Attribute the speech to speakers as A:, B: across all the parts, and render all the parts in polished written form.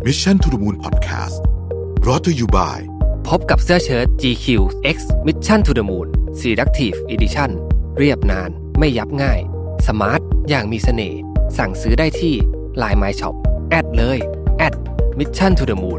A: Mission to the Moon Podcast brought to you by
B: พบกับเสื้อเชิ้ต GQ X Mission to the Moon Selective Edition เรียบนานไม่ยับง่ายสมาร์ทอย่างมีเสน่ห์สั่งซื้อได้ที่ LINE My Shop แอดเลย @Mission to the Moon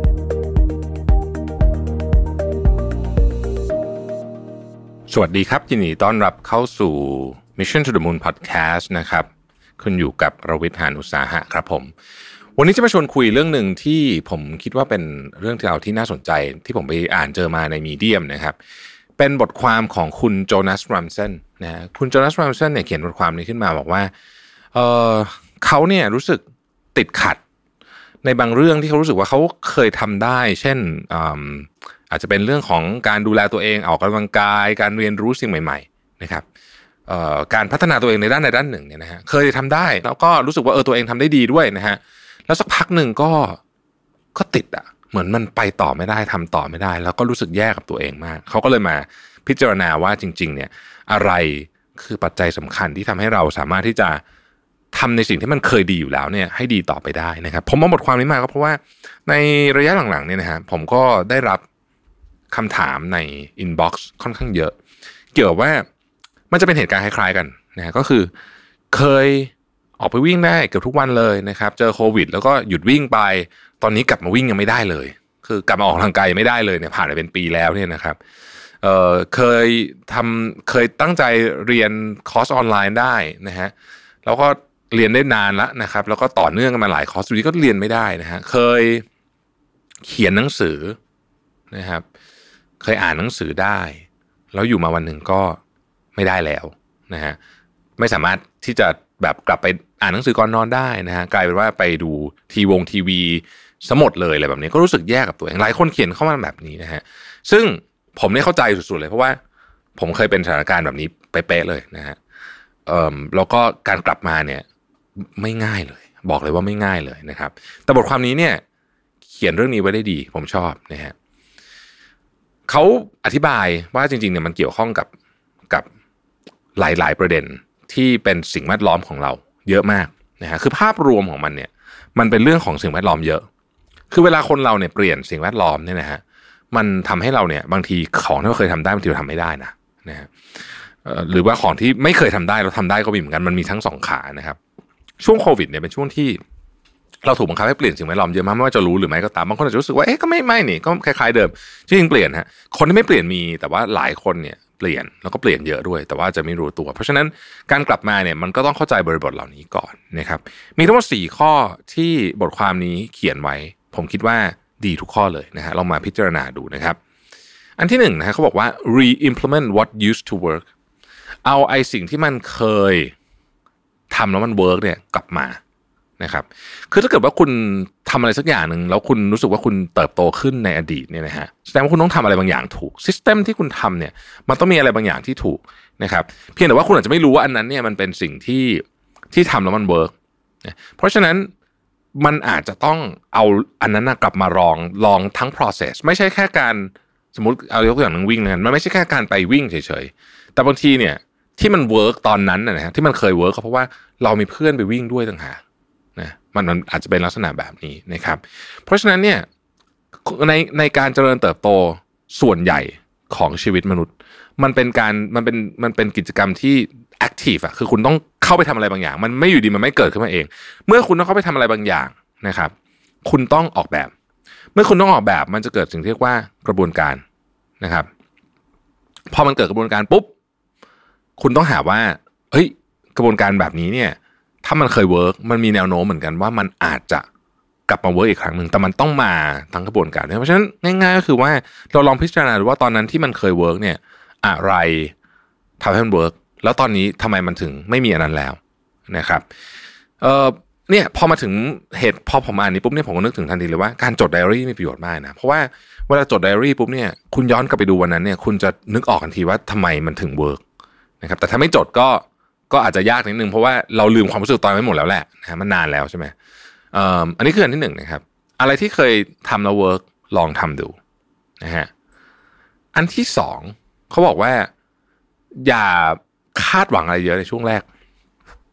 C: สวัสดีครับยินดีต้อนรับเข้าสู่ Mission to the Moon Podcast นะครับคุณอยู่กับรวิทย์ หาญอุตสาหะครับผมวันนี้จะมาชวนคุยเรื่องหนึ่งที่ผมคิดว่าเป็นเรื่องที่น่าสนใจที่ผมไปอ่านเจอมาในมีเดียมนะครับเป็นบทความของคุณโจนาส รัมเซนนะฮะคุณโจนาส รัมเซนเนี่ยเขียนบทความนี้ขึ้นมาบอกว่าเขาเนี่ยรู้สึกติดขัดในบางเรื่องที่เขารู้สึกว่าเขาเคยทำได้เช่นอาจจะเป็นเรื่องของการดูแลตัวเองออกกำลังกายการเรียนรู้สิ่งใหม่ๆนะครับการพัฒนาตัวเองในด้านใดด้านหนึ่งเนี่ยนะฮะเคยทำได้แล้วก็รู้สึกว่าตัวเองทำได้ดีด้วยนะฮะแล้วสักพักหนึ่งก็ติดอ่ะเหมือนมันไปต่อไม่ได้ทำต่อไม่ได้แล้วก็รู้สึกแย่กับตัวเองมากเขาก็เลยมาพิจารณาว่าจริงๆเนี่ยอะไรคือปัจจัยสำคัญที่ทำให้เราสามารถที่จะทำในสิ่งที่มันเคยดีอยู่แล้วเนี่ยให้ดีต่อไปได้นะครับผมเอาบทความนี้มาก็เพราะว่าในระยะหลังๆเนี่ยนะฮะผมก็ได้รับคำถามในอินบ็อกซ์ค่อนข้างเยอะเกี่ยวกับว่ามันจะเป็นเหตุการณ์คล้ายๆกันนะก็คือเคยออกไปวิ่งได้เกือบทุกวันเลยนะครับเจอโควิดแล้วก็หยุดวิ่งไปตอนนี้กลับมาวิ่งยังไม่ได้เลยคือกลับมาออกกำลังกายไม่ได้เลยเนี่ยผ่านไปเป็นปีแล้วเนี่ยนะครับเคยตั้งใจเรียนคอร์สออนไลน์ได้นะฮะแล้วก็เรียนได้นานแล้วนะครับแล้วก็ต่อเนื่องกันมาหลายคอร์สอยู่ดีก็เรียนไม่ได้นะฮะเคยเขียนหนังสือนะครับเคยอ่านหนังสือได้แล้วอยู่มาวันหนึ่งก็ไม่ได้แล้วนะฮะไม่สามารถที่จะแบบกลับไปอ่านหนังสือก่อนนอนได้นะฮะกลายเป็นว่าไปดูทีวีซะหมดเลยอะไรแบบนี้ก็รู้สึกแย่กับตัวเองหลายคนเขียนเข้ามาแบบนี้นะฮะซึ่งผมเนี่ยเข้าใจสุดๆเลยเพราะว่าผมเคยเป็นสถานการณ์แบบนี้เป๊ะๆเลยนะฮะแล้วก็การกลับมาเนี่ยไม่ง่ายเลยบอกเลยว่าไม่ง่ายเลยนะครับแต่บทความนี้เนี่ยเขียนเรื่องนี้ไว้ได้ดีผมชอบนะฮะเขาอธิบายว่าจริงๆเนี่ยมันเกี่ยวข้องกับหลายๆประเด็นที่เป็นสิ่งแวดล้อมของเราเยอะมากนะฮะคือภาพรวมของมันเนี่ยมันเป็นเรื่องของสิ่งแวดล้อมเยอะคือเวลาคนเราเนี่ยเปลี่ยนสิ่งแวดล้อมเนี่ยนะฮะมันทำให้เราเนี่ยบางทีของที่เราเคยทำได้บางทีเราทำไม่ได้นะฮะหรือว่าของที่ไม่เคยทำได้เราทำได้ก็มีเหมือนกันมันมีทั้งสองขานะครับช่วงโควิดเนี่ยเป็นช่วงที่เราถูกบังคับให้เปลี่ยนสิ่งแวดล้อมเยอะมากไม่ว่าจะรู้หรือไม่ก็ตามบางคนอาจจะรู้สึกว่าก็ไม่นี่ก็คล้ายๆเดิมจริงๆเปลี่ยนฮะคนที่ไม่เปลี่ยนมีแต่ว่าหลายคนเนี่ยเปลี่ยนแล้วก็เปลี่ยนเยอะด้วยแต่ว่าจะไม่รู้ตัวเพราะฉะนั้นการกลับมาเนี่ยมันก็ต้องเข้าใจบริบทเหล่านี้ก่อนนะครับมีทั้งหมด4ข้อที่บทความนี้เขียนไว้ผมคิดว่าดีทุกข้อเลยนะฮะลองมาพิจารณาดูนะครับอันที่1นะฮะเขาบอกว่า re-implement what used to work เอาสิ่งที่มันเคยทำแล้วมันเวิร์กเนี่ยกลับมานะครับคือถ้าเกิดว่าคุณทำอะไรสักอย่างนึงแล้วคุณรู้สึกว่าคุณเติบโตขึ้นในอดีตเนี่ยนะฮะแสดงว่าคุณต้องทำอะไรบางอย่างถูกซิสเต็มที่คุณทำเนี่ยมันต้องมีอะไรบางอย่างที่ถูกนะครับเพียงแต่ว่าคุณอาจจะไม่รู้ว่าอันนั้นเนี่ยมันเป็นสิ่งที่ทำแล้วมันเวิร์กเพราะฉะนั้นมันอาจจะต้องเอาอันนั้นกลับมาลองทั้ง process ไม่ใช่แค่การสมมติเอายกตัวอย่างนึงวิ่งนะมันไม่ใช่แค่การไปวิ่งเฉยๆแต่บางทีเนี่ยที่มันเวิร์กตอนนั้นนะฮะที่มันเคยเวิร์กก็เพราะว่าเรามีเพื่อนไปวิ่งด้วยต่างหากนะมันอาจจะเป็นลักษณะแบบนี้นะครับเพราะฉะนั้นเนี่ยในการเจริญเติบโตส่วนใหญ่ของชีวิตมนุษย์มันเป็นกิจกรรมที่แอคทีฟอ่ะคือคุณต้องเข้าไปทำอะไรบางอย่างมันไม่อยู่ดีมันไม่เกิดขึ้นมาเองเมื่อคุณต้องเข้าไปทำอะไรบางอย่างนะครับคุณต้องออกแบบเมื่อคุณต้องออกแบบมันจะเกิดสิ่งที่เรียกว่ากระบวนการนะครับพอมันเกิดกระบวนการปุ๊บคุณต้องหาว่ากระบวนการแบบนี้เนี่ยถ้ามันเคยเวิร์กมันมีแนวโน้มเหมือนกันว่ามันอาจจะกลับมาเวิร์กอีกครั้งหนึ่งแต่มันต้องมาทั้งกระบวนการเพราะฉะนั้นง่ายๆก็คือว่าเราลองพิจารณาดูว่าตอนนั้นที่มันเคยเวิร์กเนี่ยอะไรทำให้มันเวิร์กแล้วตอนนี้ทำไมมันถึงไม่มีอันนั้นแล้วนะครับเนี่ยพอมาถึงพอผมอ่านนี้ปุ๊บเนี่ยผมก็นึกถึงทันทีเลยว่าการจดไดอารี่มีประโยชน์มากนะเพราะว่าเวลาจดไดอารี่ปุ๊บเนี่ยคุณย้อนกลับไปดูวันนั้นเนี่ยคุณจะนึกออกทันทีว่าทำไมมันถึงเวิร์กนะครับแต่ถ้าไม่จดก็อาจจะยากนิดนึงเพราะว่าเราลืมความรู้สึกตอนไม่หมดแล้วแหละนะมันนานแล้วใช่ไหมอันนี้คืออันที่1นะครับอะไรที่เคยทำแล้วเวิร์กลองทำดูนะฮะอันที่2เขาบอกว่าอย่าคาดหวังอะไรเยอะในช่วงแรก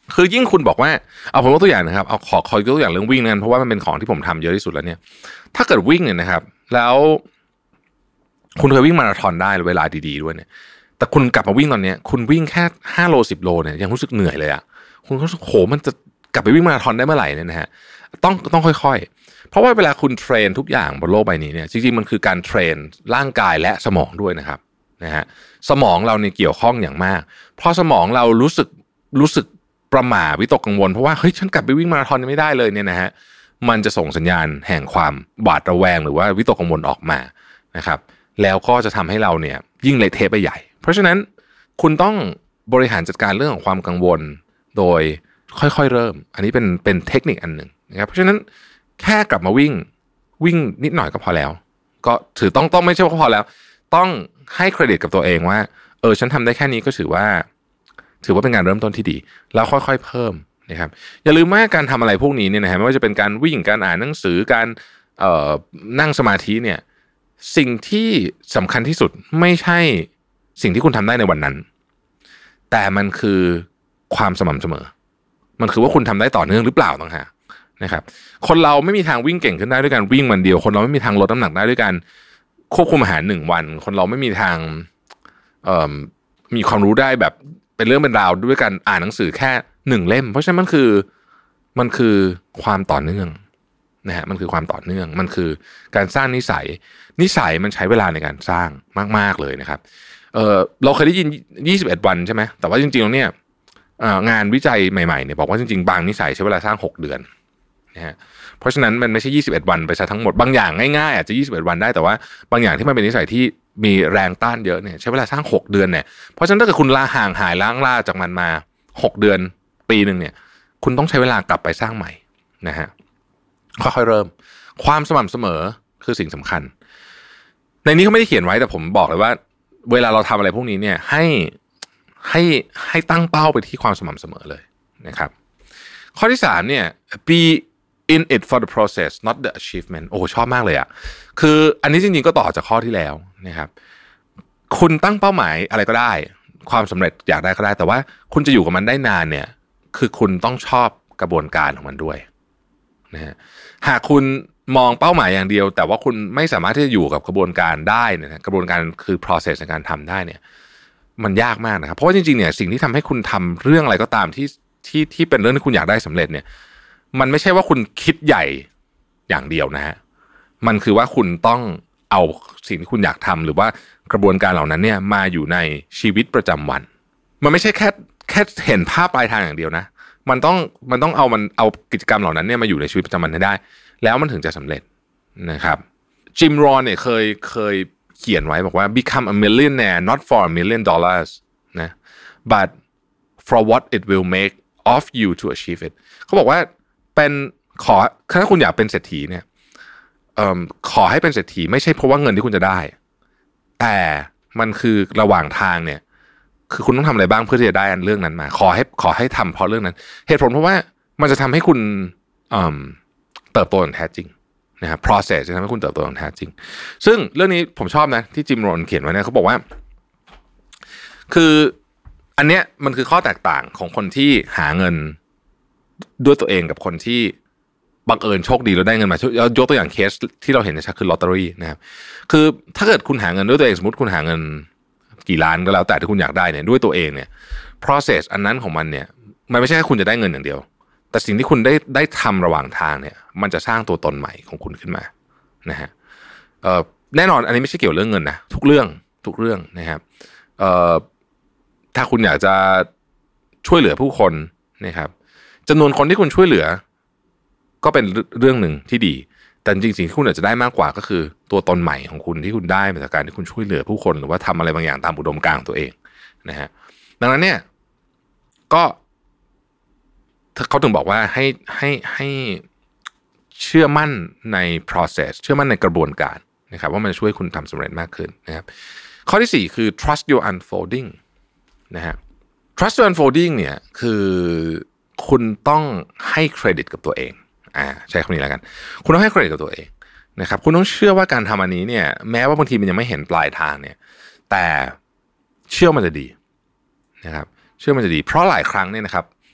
C: คือยิ่งคุณบอกว่าเอาผมยกตัวอย่างนะครับเอาขอยกตัวอย่างเรื่องวิ่งนั่นเพราะว่ามันเป็นของที่ผมทำเยอะที่สุดแล้วเนี่ยถ้าเกิดวิ่งเนี่ยนะครับแล้วคุณเคยวิ่งมาราธอนได้เวลาดีๆด้วยเนี่ยแต่คุณกลับมาวิ่งตอนนี้คุณวิ่งแค่5โล10โลเนี่ยยังรู้สึกเหนื่อยเลยอ่ะคุณรู้สึกโหมันจะกลับไปวิ่งมาราธอนได้เมื่อไหร่เนี่ยนะฮะต้องค่อยๆเพราะว่าเวลาคุณเทรนทุกอย่างบนโลกใบนี้เนี่ยจริงๆมันคือการเทรนร่างกายและสมองด้วยนะครับนะฮะสมองเราเนี่ยเกี่ยวข้องอย่างมากเพราะสมองเรารู้สึกประหม่าวิตกกังวลเพราะว่าเฮ้ยฉันกลับไปวิ่งมาราธอนไม่ได้เลยเนี่ยนะฮะมันจะส่งสัญญาณแห่งความหวาดระแวงหรือว่าวิตกกังวลออกมานะครับแล้วก็จะทำให้เราเนี่ยยิ่งเละเทะไปใหญ่เพราะฉะนั้นคุณต้องบริหารจัดการเรื่องของความกังวลโดยค่อยๆเริ่มอันนี้เป็นเทคนิคอันหนึ่งนะครับเพราะฉะนั้นแค่กลับมาวิ่งนิดหน่อยก็พอแล้วก็ถือต้องไม่ใช่ว่าพอแล้วต้องให้เครดิตกับตัวเองว่าฉันทำได้แค่นี้ก็ถือว่าเป็นการเริ่มต้นที่ดีแล้วค่อยๆเพิ่มนะครับอย่าลืมว่าการทำอะไรพวกนี้เนี่ยนะฮะไม่ว่าจะเป็นการวิ่งการอ่านหนังสือการนั่งสมาธิเนี่ยสิ่งที่สำคัญที่สุดไม่ใช่สิ่งที่คุณทำได้ในวันนั้นแต่มันคือความสม่ำเสมอมันคือว่าคุณทำได้ต่อเนื่องหรือเปล่าต่างหากนะครับคนเราไม่มีทางวิ่งเก่งขึ้นได้ด้วยการวิ่งวันเดียวคนเราไม่มีทางลดน้ำหนักได้ด้วยการควบคุมอาหาร1วันคนเราไม่มีทางมีความรู้ได้แบบเป็นเรื่องเป็นราวด้วยการอ่านหนังสือแค่1เล่มเพราะฉะนั้นมันคือความต่อเนื่องนะฮะมันคือความต่อเนื่องมันคือการสร้างนิสัยมันใช้เวลาในการสร้างมากๆเลยนะครับเราเคยได้ยิน21วันใช่ไหมแต่ว่าจริงๆแล้วเนี่ยงานวิจัยใหม่ๆเนี่ยบอกว่าจริงๆบางนิสัยใช้เวลาสร้าง6เดือนนะฮะเพราะฉะนั้นมันไม่ใช่21วันไปซะทั้งหมดบางอย่างง่ายๆอาจจะ21วันได้แต่ว่าบางอย่างที่มันเป็นนิสัยที่มีแรงต้านเยอะเนี่ยใช้เวลาสร้าง6เดือนเนี่ยเพราะฉะนั้นถ้าเกิดคุณห่างหายล้างล่าจากมันมา6เดือนปีนึงเนี่ยคุณต้องใช้เวลากลับไปสร้างใหม่นะฮะค่อยๆเริ่มความสม่ำเสมอคือสิ่งสำคัญในนี้เขาไม่ได้เขียนไว้แต่ผมบอกเลยว่าเวลาเราทำอะไรพวกนี้เนี่ยให้ตั้งเป้าไปที่ความสม่ำเสมอเลยนะครับข้อที่3เนี่ย be in it for the process not the achievement โอ้ชอบมากเลยอ่ะคืออันนี้จริงๆก็ต่อจากข้อที่แล้วนะครับคุณตั้งเป้าหมายอะไรก็ได้ความสำเร็จอยากได้ก็ได้แต่ว่าคุณจะอยู่กับมันได้นานเนี่ยคือคุณต้องชอบกระบวนการของมันด้วยนะฮะหากคุณมองเป้าหมายอย่างเดียวแต่ว่าคุณไม่สามารถที่จะอยู่กับกระบวนการได้นะกระบวนการคือ process ในการทำได้เนี่ยมันยากมากนะครับเพราะว่าจริงๆเนี่ยสิ่งที่ทำให้คุณทำเรื่องอะไรก็ตามที่เป็นเรื่องที่คุณอยากได้สำเร็จเนี่ยมันไม่ใช่ว่าคุณคิดใหญ่อย่างเดียวนะฮะมันคือว่าคุณต้องเอาสิ่งที่คุณอยากทำหรือว่ากระบวนการเหล่านั้นเนี่ยมาอยู่ในชีวิตประจำวันมันไม่ใช่แค่เห็นภาพปลายทางอย่างเดียวนะมันต้องเอากิจกรรมเหล่านั้นเนี่ยมาอยู่ในชีวิตประจำวันให้ได้แล้วมันถึงจะสำเร็จนะครับจิมรอนเนี่ยเคยเขียนไว้บอกว่า become a millionaire not for $1 million นะ but for what it will make of you to achieve it เขาบอกว่าถ้าคุณอยากเป็นเศรษฐีเนี่ยขอให้เป็นเศรษฐีไม่ใช่เพราะว่าเงินที่คุณจะได้แต่มันคือระหว่างทางเนี่ยคือคุณต้องทำอะไรบ้างเพื่อที่จะได้เรื่องนั้นมาขอให้ทำเพราะเรื่องนั้นเหตุผลเพราะว่ามันจะทำให้คุณเติบโตอย่างแท้จริงนะครับ process จะทำให้คุณเติบโตอย่างแท้จริงซึ่งเรื่องนี้ผมชอบนะที่จิมโรนเขียนไว้เนี่ยเขาบอกว่าคืออันเนี้ยมันคือข้อแตกต่างของคนที่หาเงินด้วยตัวเองกับคนที่บังเอิญโชคดีแล้วได้เงินมายกตัวอย่างเคสที่เราเห็นชัดคือลอตเตอรี่นะครับคือถ้าเกิดคุณหาเงินด้วยตัวเองสมมติคุณหาเงินกี่ล้านก็แล้วแต่ที่คุณอยากได้เนี่ยด้วยตัวเองเนี่ย process อันนั้นของมันเนี่ยมันไม่ใช่แค่คุณจะได้เงินอย่างเดียวแต่สิ่งที่คุณได้ทำระหว่างทางเนี่ยมันจะสร้างตัวตนใหม่ของคุณขึ้นมานะฮะแน่นอนอันนี้ไม่ใช่เกี่ยวเรื่องเงินนะทุกเรื่องนะครับถ้าคุณอยากจะช่วยเหลือผู้คนนะครับจำนวนคนที่คุณช่วยเหลือก็เป็นเรื่องหนึ่งที่ดีแต่จริงๆสิ่งที่คุณอาจจะได้มากกว่าก็คือตัวตนใหม่ของคุณที่คุณได้มาจากการที่คุณช่วยเหลือผู้คนหรือว่าทำอะไรบางอย่างตามอุดมการณ์ของตัวเองนะฮะดังนั้นเนี่ยก็เขาถึงบอกว่าให้เชื่อมั่นใน process เชื่อมั่นในกระบวนการนะครับว่ามันจะช่วยคุณทำสำเร็จมากขึ้นนะครับข้อที่4คือ trust your unfolding นะฮะ trust your unfolding เนี่ยคือคุณต้องให้เครดิตกับตัวเองใช้คำนี้แล้วกันคุณต้องให้เครดิตกับตัวเองนะครับคุณต้องเชื่อว่าการทำอันนี้เนี่ยแม้ว่าบางทีมันยังไม่เห็นปลายทางเนี่ยแต่เชื่อมันจะดีนะครับเชื่อมันจะดีเพราะหลายครั้งเนี่ยนะครับ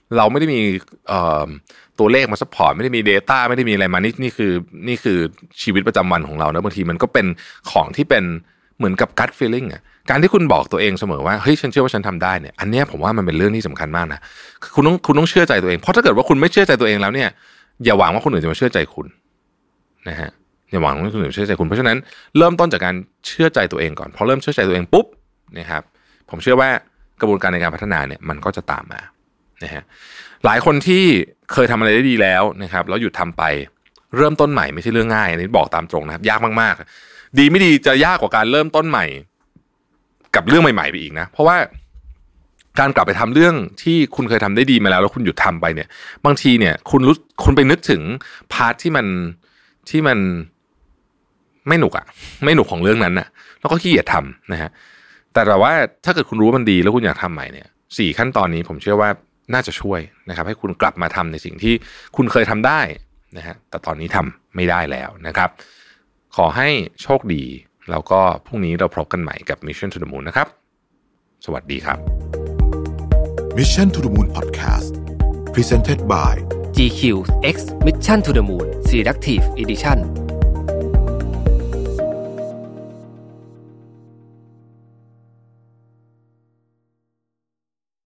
C: เราไม่ได้มีตัวเลขมาซัพพอร์ตไม่ได้มี data ไม่ได้มีอะไรมานี่คือชีวิตประจำวันของเรานะบางทีมันก็เป็นของที่เป็นเหมือนกับ gut feeling อ่ะการที่คุณบอกตัวเองเสมอว่าเฮ้ยฉันเชื่อว่าฉันทำได้เนี่ยอันเนี้ยผมว่ามันเป็นเรื่องที่สำคัญมากนะคุณต้องเชื่อใจตัวเองเพราะถ้าเกิดว่าคุณไม่เชื่อใจตัวเองแล้วเนี่ยอย่าหวังว่าคนอื่นจะมาเชื่อใจคุณนะฮะอย่าหวังว่าคนอื่นเชื่อใจคุณเพราะฉะนั้นเริ่มต้นจากการเชื่อใจตัวเองก่อนพอเริ่มเชื่อใจตัวเองปุ๊บนะครับผมเชื่อว่ากระบวนการในการพัฒนาเนี่ยมันก็จะตามมานะฮะหลายคนที่เคยทำอะไรได้ดีแล้วนะครับแล้วหยุดทำไปเริ่มต้นใหม่ไม่ใช่เรื่องง่ายอันนี้บอกตามตรงนะครับยากมากๆดีไม่ดีจะยากกว่าการเริ่มต้นใหม่กับเรื่องใหม่ๆไปอีกนะเพราะว่าการกลับไปทำเรื่องที่คุณเคยทำได้ดีมาแล้วคุณหยุดทำไปเนี่ยบางทีเนี่ยคุณไปนึกถึงพาร์ทที่มันไม่หนุกของเรื่องนั้นน่ะแล้วก็ขี้เกียจทำนะฮะแต่ว่าถ้าเกิดคุณรู้ว่ามันดีแล้วคุณอยากทำใหม่เนี่ย4ขั้นตอนนี้ผมเชื่อว่าน่าจะช่วยนะครับให้คุณกลับมาทำในสิ่งที่คุณเคยทำได้นะฮะแต่ตอนนี้ทำไม่ได้แล้วนะครับขอให้โชคดีแล้วก็พรุ่งนี้เราพบกันใหม่กับ Mission to the Moon นะครับสวัสดีครับ
A: Mission to the Moon Podcast Presented by
B: GQ X Mission to the Moon Selective Edition